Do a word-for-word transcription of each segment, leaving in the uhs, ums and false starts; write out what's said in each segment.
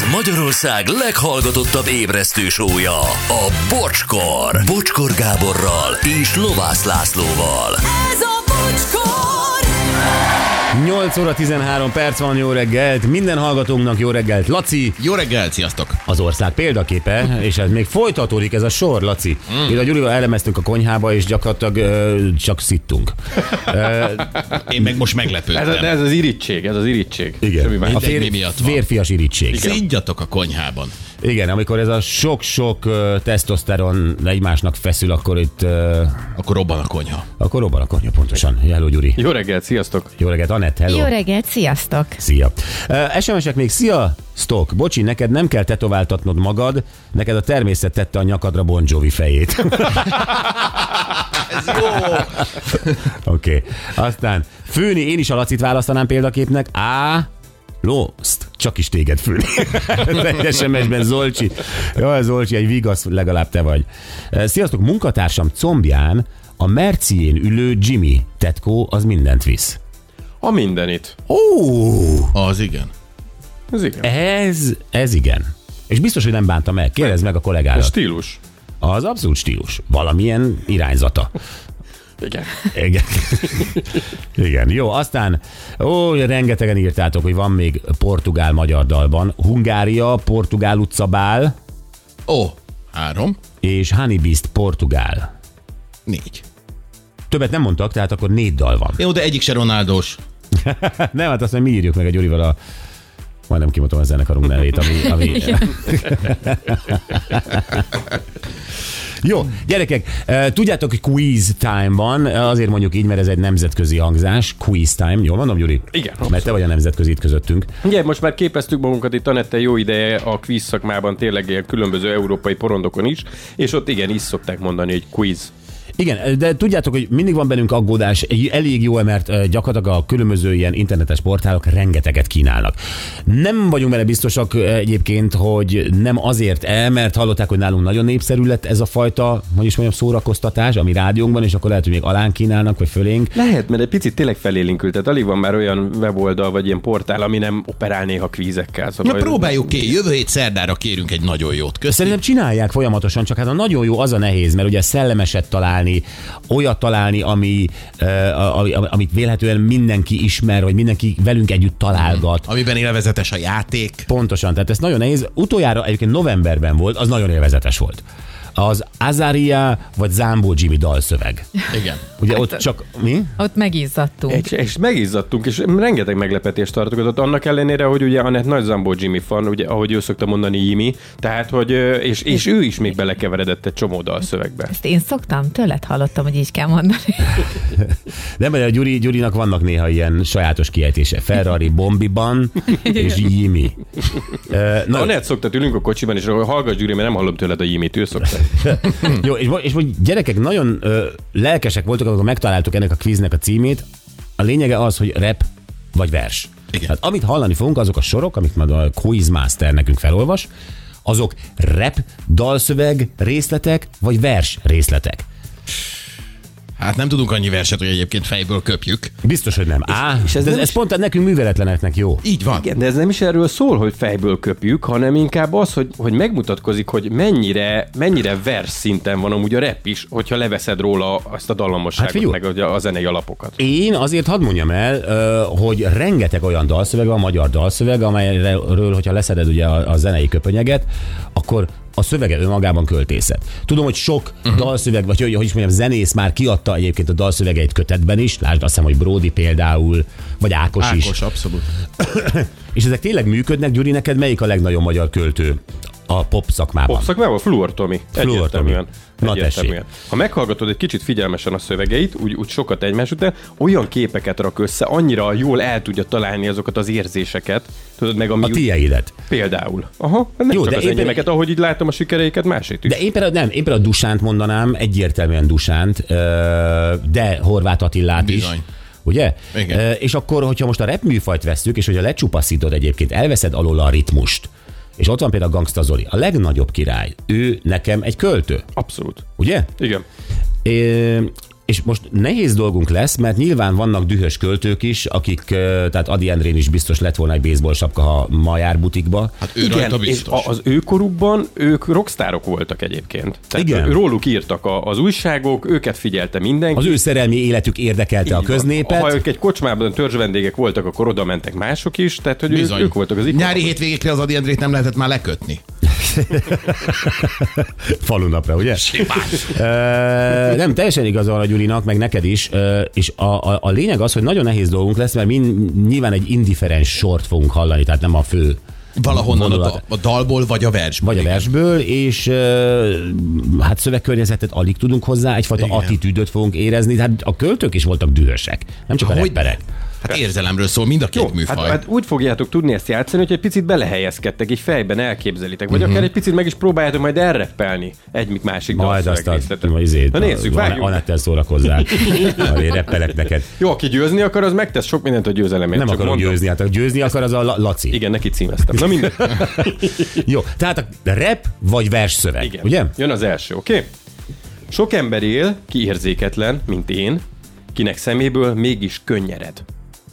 Ez Magyarország leghallgatottabb ébresztő show-ja, a Bocskor. Bocskor Gáborral és Lovász Lászlóval. Ez a Bocskor! nyolc óra tizenhárom perc van, jó reggelt. Minden hallgatónknak jó reggelt. Laci. Jó reggelt, sziasztok. Az ország példaképe, és ez még folytatódik ez a sor, Laci. Mm. Én a Gyurival elemeztünk a konyhába, és gyakorlatilag ö, csak szittunk. Én meg most meglepődtem. Ez, ez az irítség, ez az irítség. Igen, a fér, miatt van. Férfias irítség. Szidjatok a konyhában. Igen, amikor ez a sok-sok uh, tesztoszteron egymásnak feszül, akkor itt... Uh, akkor robban a konyha. Akkor robban a konyha, pontosan. Hello, Gyuri. Jó reggelt, sziasztok. Jó reggelt, Anett, hello. Jó reggelt, sziasztok. Szia. Uh, es em esek még, szia, sztok. Bocsi, neked nem kell tetováltatnod magad, neked a természet tette a nyakadra Bon Jovi fejét. Ez jó. Oké. Okay. Aztán főni, én is a Lacit választanám példaképnek. Á... Lost, csak is téged fülni. es em esben Zolcsi. Jaj, Zolcsi, egy vigasz, legalább te vagy. Sziasztok, munkatársam combján a Mercién ülő Jimmy tetkó az mindent visz. A mindenit. Ó, Az igen. Ez igen. ez, ez igen. És biztos, hogy nem bánta meg. Kérdezd meg a A kollégádat. stílus. Az abszolút stílus. Valamilyen irányzata. Igen. Igen. Igen. Jó, aztán ó, rengetegen írtátok, hogy van még portugál-magyar dalban. Hungária, Portugál utcabál Ó, három, és Honey Beast Portugál. négy. Többet nem mondtak, tehát akkor négy dal van. Jó, de egyik se Ronaldós. Nem, hát azt, hogy mi írjuk meg a Gyurival a... Majdnem kimondtam a zenekarunk nevét, ami... ami... Jó, gyerekek, tudjátok, hogy quiz time van, azért mondjuk így, mert ez egy nemzetközi hangzás, quiz time, jól mondom, Gyuri? Igen. Mert te vagy a nemzetközi itt közöttünk. Ugye, most már képeztük magunkat itt Anette jó ideje a quiz szakmában, tényleg ilyen különböző európai porondokon is, és ott igen, is szokták mondani, hogy quiz. Igen, de tudjátok, hogy mindig van bennünk aggódás, elég jó, mert gyakorlatilag a különböző ilyen internetes portálok rengeteget kínálnak. Nem vagyunk benne biztosak egyébként, hogy nem azért el, mert hallották, hogy nálunk nagyon népszerű lett ez a fajta, hogy is mondjam, szórakoztatás, ami rádiónkban, és akkor lehet, hogy még alán kínálnak, vagy fölénk. Lehet, mert egy picit tényleg felélénkült, tehát alig van már olyan weboldal, vagy ilyen portál, ami nem operál néha kvízekkel. Szóval Na próbáljuk ki, jövő hét szerdára kérünk egy nagyon jót. Köszönöm. Szerintem csinálják folyamatosan, csak hát a nagyon jó az a nehéz, mert ugye szellemeset találni, olyat találni, ami, uh, amit vélhetően mindenki ismer, vagy mindenki velünk együtt találgat. Amiben élvezetes a játék. Pontosan, tehát ez nagyon nehéz. Utoljára egyébként novemberben volt, az nagyon élvezetes volt. Az Azaria vagy Zambó Jimmy dalszöveg. Igen. Ugye ott csak... Mi? Ott megizzadtunk. És, és megizzadtunk, és rengeteg meglepetést tartogatott, annak ellenére, hogy ugye Anett nagy Zambó Jimmy fan, ugye, ahogy ő szokta mondani, Jimmy, tehát, hogy, és, és ő is még belekeveredett egy csomó dalszövegbe. Ezt én szoktam, tőled hallottam, hogy így kell mondani. Nem, mert a Gyuri, Gyurinak vannak néha ilyen sajátos kiejtése. Ferrari Bombiban és Jimmy. Na, Anett szokta ülünk a kocsiban, és hallgass, Gyuri, mert nem hallom tőled a Jimmy-t, ő szokta. Jó, és, és most gyerekek nagyon ö, lelkesek voltak, amikor megtaláltuk ennek a quiznek a címét. A lényege az, hogy rap vagy vers. Igen. Tehát amit hallani fogunk, azok a sorok, amit majd a Quizmaster nekünk felolvas, azok rap, dalszöveg részletek, vagy vers részletek. Hát nem tudunk annyi verset, hogy egyébként fejből köpjük. Biztos, hogy nem. Á, és ez, nem ez, ez is... pont nekünk műveletleneknek jó. Így van. Igen, de ez nem is erről szól, hogy fejből köpjük, hanem inkább az, hogy, hogy megmutatkozik, hogy mennyire, mennyire vers szinten van amúgy a rap is, hogyha leveszed róla azt a dallamosságot, hát meg a, a zenei alapokat. Én azért hadd mondjam el, hogy rengeteg olyan dalszöveg van, magyar dalszöveg, amelyről, hogyha leszeded ugye a, a zenei köpönyeget, akkor a szövege önmagában költészet. Tudom, hogy sok uh-huh. dalszöveg, vagy hogy, hogy is mondjam, zenész már kiadta egyébként a dalszövegeit kötetben is, lásd, azt hiszem, hogy Brody például, vagy Ákos, Ákos is. Ákos, abszolút. És ezek tényleg működnek, Gyuri, neked melyik a legnagyobb magyar költő a pop szakmában? Pop szakmában? Fluor Tomi. Fluor Tomi. Na Egyértelműen. Ha meghallgatod egy kicsit figyelmesen a szövegeit, úgy, úgy sokat egymás után, olyan képeket rak össze, annyira jól el tudja találni azokat az érzéseket, tudod, meg ami... A tieidet. Például. Aha, nem jó, csak de az én enyémeket, pe... ahogy így látom a sikereiket, másét is. De én például nem, én például a Dusánt mondanám, egyértelműen Dusánt, de Horváth Attilát Bizony. is. Ugye? Igen. És akkor, hogyha most a rap műfajt vesszük, és hogyha lecsupaszítod egyébként, elveszed alól a ritmust, és ott van például Gangsta Zoli, a legnagyobb király, ő nekem egy költő. Abszolút. Ugye? Igen. É, és most nehéz dolgunk lesz, mert nyilván vannak dühös költők is, akik, tehát Ady Endrén is biztos lett volna egy baseball sapka, ha ma jár butikba. Hát ő rajta biztos. És az ő korukban ők rockstárok voltak egyébként. Tehát igen. Róluk írtak az újságok, őket figyelte mindenki. Az ő szerelmi életük érdekelte Így a köznépet. Ha ők egy kocsmában törzsvendégek voltak, akkor oda mentek mások is, tehát hogy ők, ők voltak az ikonok. Nyári hétvégékre az Ady Endrét nem lehetett már lekötni. Falunapra, ugye? uh, nem, teljesen igaza a Gyurinak, meg neked is, uh, és a, a, a lényeg az, hogy nagyon nehéz dolgunk lesz, mert mi nyilván egy indiferens sort fogunk hallani, tehát nem a fő valahonnan a, da, a dalból, vagy a versből. Vagy a versből, és uh, hát szövegkörnyezetet alig tudunk hozzá, egyfajta igen. attitűdöt fogunk érezni, hát a költők is voltak dühösek, nem csak a rapperek. Hát érzelemről szól mind a két Jó, műfaj. Hát, hát úgy fogjátok tudni ezt játszani, hogy egy picit belehelyezkedtek, így fejben elképzelitek, vagy uh-huh. akár egy picit meg is próbáljátok majd elreppelni egyik másik majd azt a, Na nézzük, vágjunk. Anettel szórakozzál, majd reppelek neked. Jó, aki győzni akar, az megtesz sok mindent a győzelemért. Nem akarok győzni, hát győzni akar az a Laci. Igen, neki címeztem. Na minden. Jó, tehát a rap vagy vers szöveg, igen. ugye? Jön az első, oké? Okay? Sok ember él, ki érzéketlen, mint én, kinek szeméből mégis könnyered.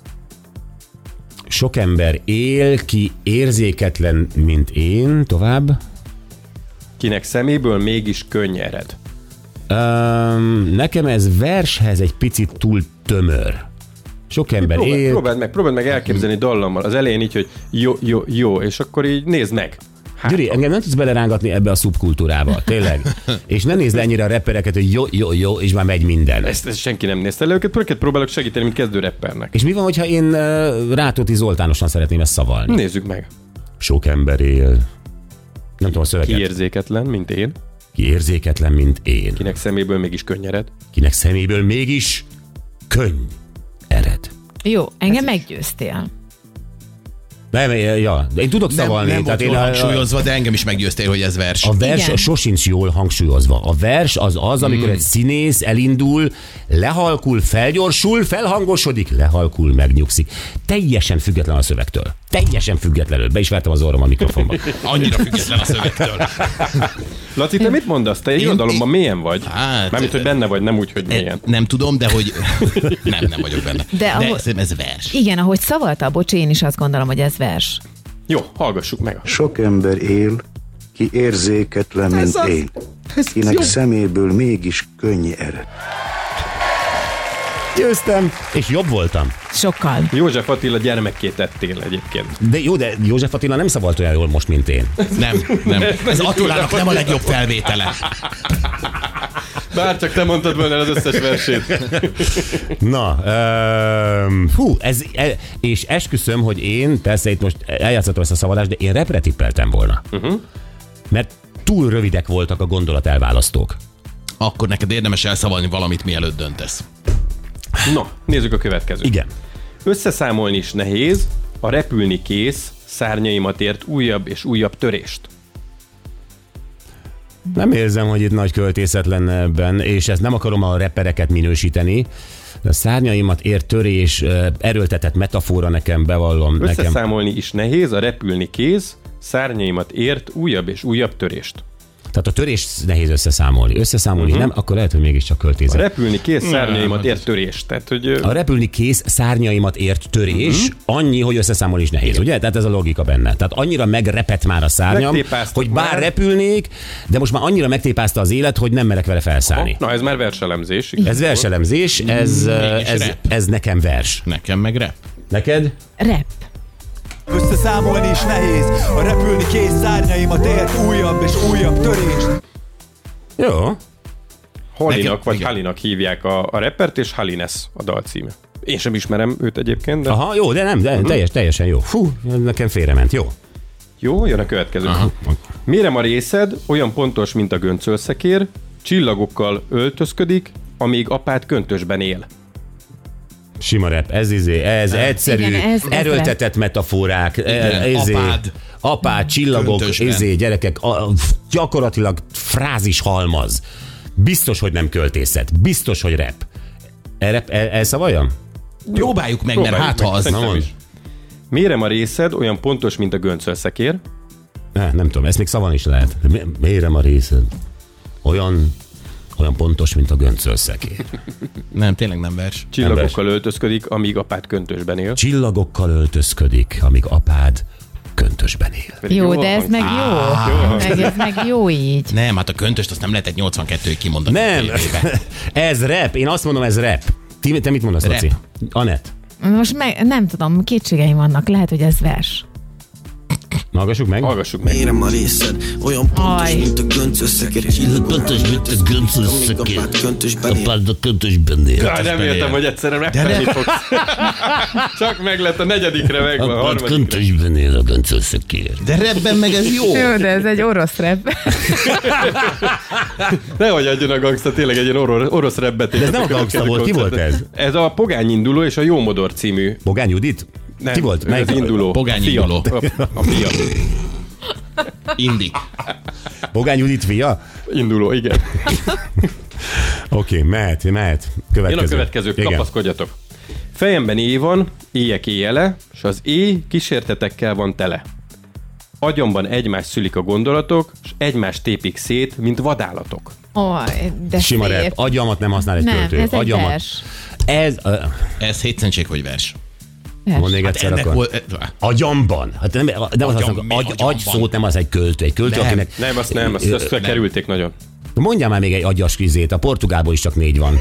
Sok ember él, ki érzéketlen, mint én, tovább. Kinek szeméből mégis könnyered. Um, nekem ez vershez egy picit túl tömör. Sok ember próbáld, él. Próbáld meg, próbáld meg elképzelni dallammal. Az elején így, hogy jó, jó, jó, és akkor így nézd meg. Hát, Gyuri, engem nem tudsz belerángatni ebbe a szubkultúrába, tényleg. És ne nézd le ennyire a rappereket, hogy jó, jó, jó, és már megy minden. Ezt, ezt senki nem nézte le őket, őket próbálok segíteni, mint kezdő rappernek. És mi van, hogyha én uh, Rátóti Zoltánosan szeretném ezt szavalni? Nézzük meg. Sok ember él. Nem tudom a szöveget. Ki érzéketlen, mint én. Ki érzéketlen, mint én. Kinek szeméből mégis könnyered. Kinek szeméből mégis könny ered. Jó, engem meggyőztél. Nem, ja, de én tudok nem, szavalni. Nem tehát volt én jól a, hangsúlyozva, de engem is meggyőztél, hogy ez vers. A vers igen. sosincs jól hangsúlyozva. A vers az az, amikor mm. egy színész elindul, lehalkul, felgyorsul, felhangosodik, lehalkul, megnyugszik. Teljesen független a szövegtől. Teljesen függetlenül. Be is vertem az orrom a mikrofonba. Annyira független a szövegtől. Laci, te mit mondasz? Te irodalomban mélyen vagy? Hát, Mármint, hogy benne vagy, nem úgy, hogy mélyen. Nem tudom, de hogy nem, nem vagyok benne. De, de ahogy... ez vers. Igen, ahogy szavalta a bocsi, én is azt gondolom, hogy ez vers. Jó, hallgassuk meg. Sok ember él, ki érzéketlen, mint az, én, kinek jó. szeméből mégis könny ered. Győztem, és jobb voltam. Sokkal. József Attila gyermekké tettél egyébként. De jó, de József Attila nem szavalt olyan jól most, mint én. Nem, nem. Ez Attilának nem a legjobb felvétele. Bárcsak te mondtad volna az összes versét. Na, um, hú, ez, e, és esküszöm, hogy én, persze itt most eljátszottam ezt a szavadást, de én repre tippeltem volna. Uh-huh. Mert túl rövidek voltak a gondolatelválasztók. Akkor neked érdemes elszavalni valamit, mielőtt döntesz. No, nézzük a következőt. Igen. Összeszámolni is nehéz, a repülni kész, szárnyaimat ért újabb és újabb törést. Nem érzem, hogy itt nagy költészet lenne ebben, és ezt nem akarom a rappereket minősíteni. A szárnyaimat ért törés, erőltetett metafora nekem, bevallom. Összeszámolni nekem. is nehéz, a repülni kész, szárnyaimat ért újabb és újabb törést. Tehát a törést nehéz összeszámolni. Összeszámolni uh-huh. nem, akkor lehet, hogy mégiscsak A költészet. repülni kész, szárnyaimat ért törést. Tehát, hogy... A repülni kész, szárnyaimat ért törés, uh-huh. annyi, hogy összeszámolni is nehéz, igen. Ugye? Tehát ez a logika benne. Tehát annyira megrepett már a szárnyam, hogy bár már. repülnék, de most már annyira megtépázta az élet, hogy nem merek vele felszállni. Aha. Na, ez már verselemzés. Ez verselemzés, ez, ez, ez nekem vers. Nekem meg rap. Neked? Rap. Összeszámolni is nehéz, a repülni kész, szárnyaimat ért újabb és újabb törést. Jó. Halinak vagy Halinak hívják a, a rappert, és Halines a dal címe. Én sem ismerem őt egyébként, de... Aha, jó, de nem, de uh-huh. teljes, teljesen jó. Fú, nekem félrement, jó. Jó, jön a következő. Aha. Mérem a részed, olyan pontos, mint a göncölszekér, csillagokkal öltözködik, amíg apád köntösben él. Sima rap, ez izé, ez egyszerű, igen, ez, ez erőltetett rap. Metaforák, igen, izé, apád, apád, csillagok, izé, gyerekek, a, gyakorlatilag frázis halmaz. Biztos, hogy nem költészet, biztos, hogy rap. El, el, elszavaljam? Próbáljuk meg, mert hát ha az. Na mond. Mérem a részed, olyan pontos, mint a göncölszekér. Ne, nem tudom, ezt még szavan is lehet. Mérem a részed. Olyan, Olyan pontos, mint a göncölszekér. Nem, tényleg nem vers. Csillagokkal öltözködik, amíg apád köntösben él. Csillagokkal öltözködik, amíg apád köntösben él. Jó, de ez meg jó. Meg ez meg jó így. Nem, hát a köntöst azt nem lehetett nyolcvankettőig kimondani. Nem, ez rap. Én azt mondom, ez rap. Ti, te mit mondasz, Rap. Laci? Anett. Most meg, nem tudom, kétségeim vannak. Lehet, hogy ez vers. Hallgassuk meg. Hallgassuk meg. Mérem a részed, olyan pontos, Aj. mint a gönc összekér. Pontos, mint a gönc összekér. Apád köntösben él. Apád a köntösben él. Jaj, nem értem, hogy egyszerre rappelni fogsz. Csak meg lett a negyedikre megvan, a Apád harmadikre. köntösben él a gönc összekér. De rapben meg ez jó. Jó, de ez egy orosz rap. Nehogy adjon a gangsta, tényleg egy ilyen orosz, orosz rappet. De ez nem a gangsta volt, ki volt ez? Ez a Pogány induló és a Jómodor című. Bogány Judit? Nem, Ki volt? Ez Melyik? az induló. Pogány a fia. induló. A, a fia. Indi. Bogány Judit fia? Induló, igen. Oké, okay, mehet, mehet. Következő. Jön a következő, Igen. kapaszkodjatok. Fejemben éj van, éjek éjjele, s az éj kísértetekkel van tele. Agyamban egymás szülik a gondolatok, s egymást tépik szét, mint vadállatok. Oj, de Sima szép. rap. Agyamat nem használ egy Nem, költő. ez egy Agyamat. vers. Ez, uh, Ez hétszentség, hogy vers. Vers. mondd még egyszer Ennek akkor. volt... Agyamban. Hát nem, nem az Agyam, használom, mi agy, agyamban? agy szót nem az egy költő. Egy költő, Nem, akinek... Nem, azt nem, azt, azt kerülték nagyon. Mondjál már még egy agyas kizét, a portugálból is csak négy van.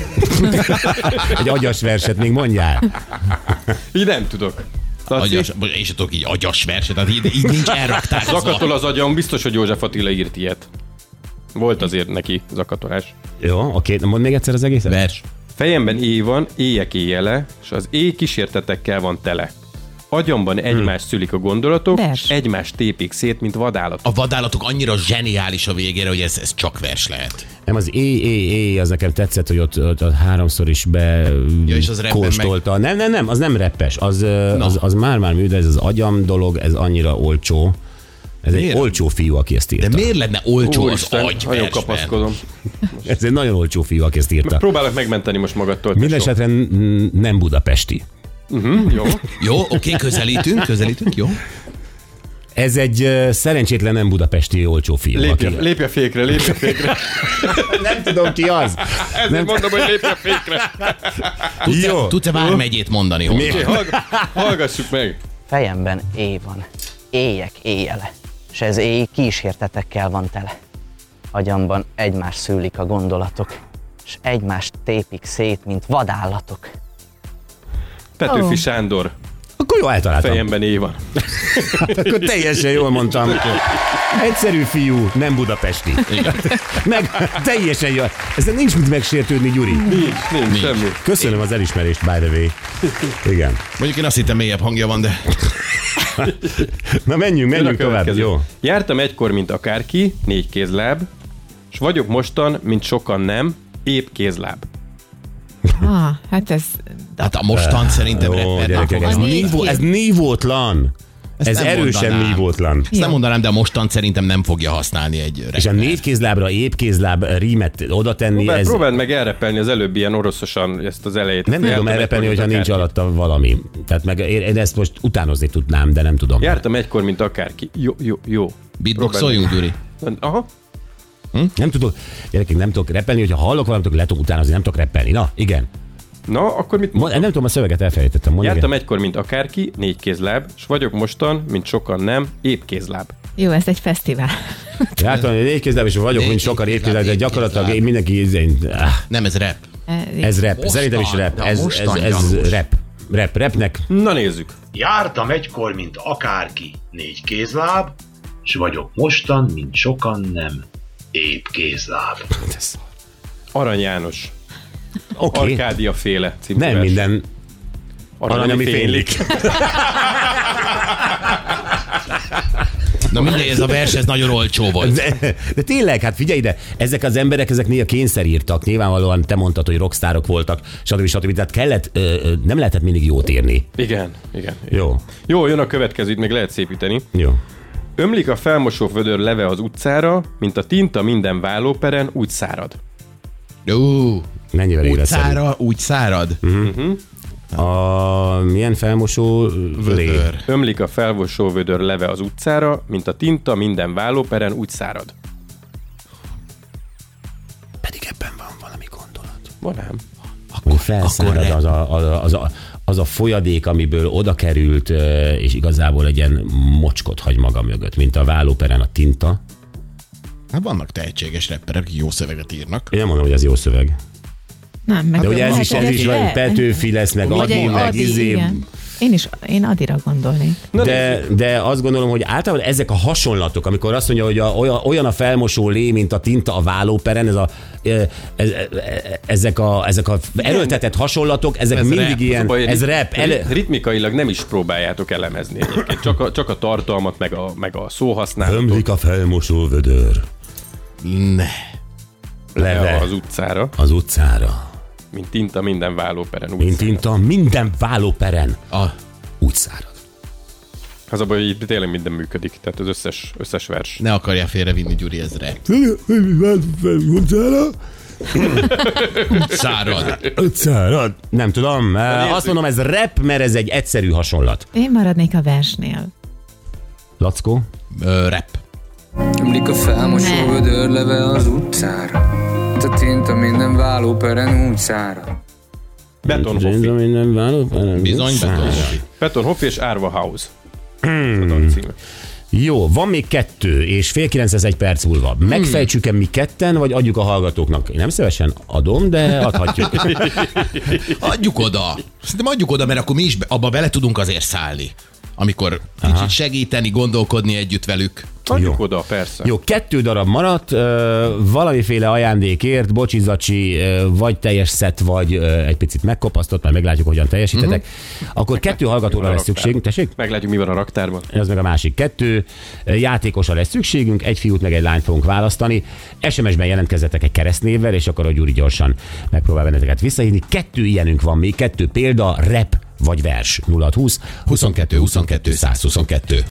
Egy agyas verset még mondjál. Így nem tudok. Laci, Agyas, én sem tudok így agyas verset, tehát így, így nincs elraktározva. zakatol az agyam, biztos, hogy József Attila írt ilyet. Volt azért neki zakatolás. Jó, oké, mondd még egyszer az egészet. Vers. Fejemben éj van, éjek éjjele, s az éj kísértetekkel van tele. Agyamban egymást szülik a gondolatok, Vers. s egymást tépik szét, mint vadállatok. A vadállatok annyira zseniális a végére, hogy ez, ez csak vers lehet. Nem, az éj, éj, éj, az nekem tetszett, hogy ott, ott, ott háromszor is be Ja, és az rapben kóstolta. Nem, nem, nem, az nem reppes, az, az, az már-már mű, de ez az agyam dolog, ez annyira olcsó. Ez egy Miért? olcsó fiú, aki ezt írta. De miért lenne olcsó az Úristen, agy nagyon versben? kapaszkodom. Ez egy nagyon olcsó fiú, aki ezt írta. Próbálok megmenteni most magadtól. tesó. Mindenesetre n- nem budapesti. Mhm, jó. Jó, oké, közelítünk, közelítünk, jó. Ez egy uh, szerencsétlen nem budapesti olcsó fiú. Lépje, aki... lépje fékre, lépje fékre. Nem tudom ki az. Ezért Nem- mondom, hogy lépje fékre. Jó. Tudsz-e vármegyét mondani? Honnan? Oké, hallg- hallgassuk meg. Fejemben éj van, éjek éjjele, s ez éj kísértetekkel van tele. Agyamban egymás szülik a gondolatok, s egymást tépik szét, mint vadállatok. Petőfi Ó. Sándor. Akkor jó, eltaláltam. Fejemben éj van. Akkor teljesen jól mondtam. Egyszerű fiú, nem budapesti. Meg teljesen jó. Ezzel nincs mit megsértődni, Gyuri. Nincs, nincs, Nincs. semmi. Köszönöm az elismerést, by the way. Igen. Mondjuk én azt hittem, mélyebb hangja van, de... Na menjünk, Jön a menjünk tovább. következő. Jó. Jártam egykor, mint akárki, négy kézláb, és vagyok mostan, mint sokan nem, épp kézláb. Ah, hát ez... Hát a mostan szerintem Jó, rapper. gyerekek, ez, A négy nívó, kéz- ez nívótlan. Ezt Ez nem erősen mondanám. nívótlan. Ezt nem mondanám, de a mostan szerintem nem fogja használni egy rapper. És a négy kézlábra épp kézláb rímet oda tenni, Próbáld, ez... próbáld meg elrepelni az előbb ilyen oroszosan ezt az elejét. Nem tudom Jártam elrepelni, egykor, hogyha mint nincs akárki. alatta valami. Tehát meg én én ezt most utánozni tudnám, de nem tudom. Jártam egykor, mint akárki. Jó, jó, jó. Beatboxoljunk, Gyuri? Aha. Nem tudok, gyerekek, nem tudok repelni, hogyha hallok valamit, akkor le tudok utánozni, nem tudok repelni. Na, igen. Na, akkor mit Mond, nem tudom, a szöveget elfelejtettem. Mondj Jártam igen. egykor, mint akárki, négy kézláb, és vagyok mostan, mint sokan nem, épp kézláb. Jó, ez egy fesztivál. Jártam, hogy négy kézláb, és vagyok, Négy mint sokan kézláb, évkézláb, de négy gyakorlatilag kézláb. mindenki... izé- ah, Nem, ez rap. Ez rap. Mostan, Szerintem is rap. de a Ez, ez, mostan ez gyanús. rap. Rap. Rapnek. Na nézzük. Jártam egykor, mint akárki, négy kézláb, s vagyok mostan, mint sokan nem, épp kézláb. Arany János. Oké. Okay. Arkádia féle című Nem vers. minden Arany, arany, ami fénylik. Na mindegy, ez a vers, ez nagyon olcsó volt. De, de tényleg, hát figyelj ide, ezek az emberek, ezek néha kényszerírtak, nyilvánvalóan te mondtad, hogy rockstárok voltak, stb. stb. Tehát kellett, ö, ö, nem lehetett mindig jót írni. Igen, igen. Jó, Jó, jön a következő, itt még lehet szépíteni. jó. Ömlik a felmosó vödör leve az utcára, mint a tinta minden vállóperen, úgy szárad. Ú, Mennyivel úgy életszerű? szára, úgy szárad. A milyen felmosó lé? Vödör. Ömlik a felmosó vödör leve az utcára, mint a tinta minden vállóperen, úgy szárad. Pedig ebben van Van ám. Akkor, felszárad az a, az, a, az, a, az a folyadék, amiből oda került, és igazából egy ilyen mocskot hagy maga mögött, mint a vállóperen a tinta. Hát vannak tehetséges rapperek, akik jó szöveget írnak. Én nem mondom, hogy ez jó szöveg. Nem, meg de ugye ez is, ez is van, Petőfi lesz, meg Adi, meg izé. Én is, én Adira gondolnék. De, de azt gondolom, hogy általában ezek a hasonlatok, amikor azt mondja, hogy a, olyan, olyan a felmosó lé, mint a tinta a vállóperen, ez a, ez, ezek, a, ezek a erőltetett hasonlatok, ezek ez mindig rap. Ilyen, Baj, ez rap. Ele... Ritmikailag nem is próbáljátok elemezni egyébként, csak a, csak a tartalmat, meg a, meg a szóhasználatot. Ömlik a felmosó vödör. Ne. Leve. Az utcára. Az utcára. Mint tinta minden vállóperen. Úgy Mint tinta minden vállóperen. A... Úgy szárad. Az a baj, hogy itt tényleg minden működik, tehát az összes, összes vers. Ne akarjál félrevinni, Gyuri, ez rap. Utcára? Utcárad. Utcárad. Nem tudom. Azt mondom, ez rap, mert ez egy egyszerű hasonlat. Én maradnék a versnél. Lackó? Ö, rap. Emlik a felmosó vödör leve az utcára. A tinta minden vállóperen úgy szárad. Betonhoffi. Minden vállóperen. Bizony, Betonhoffi. Betonhoffi és Árva House. Hmm. Jó, van még kettő, és fél kilenc ez egy perc múlva. Megfejtsük-e mi ketten, vagy adjuk a hallgatóknak? Én nem szívesen adom, de adhatjuk. Adjuk oda. Szerintem adjuk oda, mert akkor mi is abba bele tudunk azért szállni. Amikor Aha. kicsit segíteni, gondolkodni együtt velük. Adjuk oda, persze. Jó, kettő darab maradt, valamiféle ajándékért, bocsizacsi, vagy teljes szett, vagy egy picit megkopasztott, majd meglátjuk, hogyan teljesítetek. Uh-huh. Akkor kettő hallgatóra lesz szükségünk, tessék? Meglátjuk, mi van a raktárban. Ez meg a másik kettő. Játékosra lesz szükségünk, egy fiút meg egy lányt fogunk választani. es em es-ben jelentkezzetek egy keresztnévvel, és akkor a Gyuri gyorsan megpróbál benneteket visszahívni. Kettő ilyenünk van még, kettő példa, rap vagy vers. nulla húsz huszonkettő huszonkettő százhuszonkettő.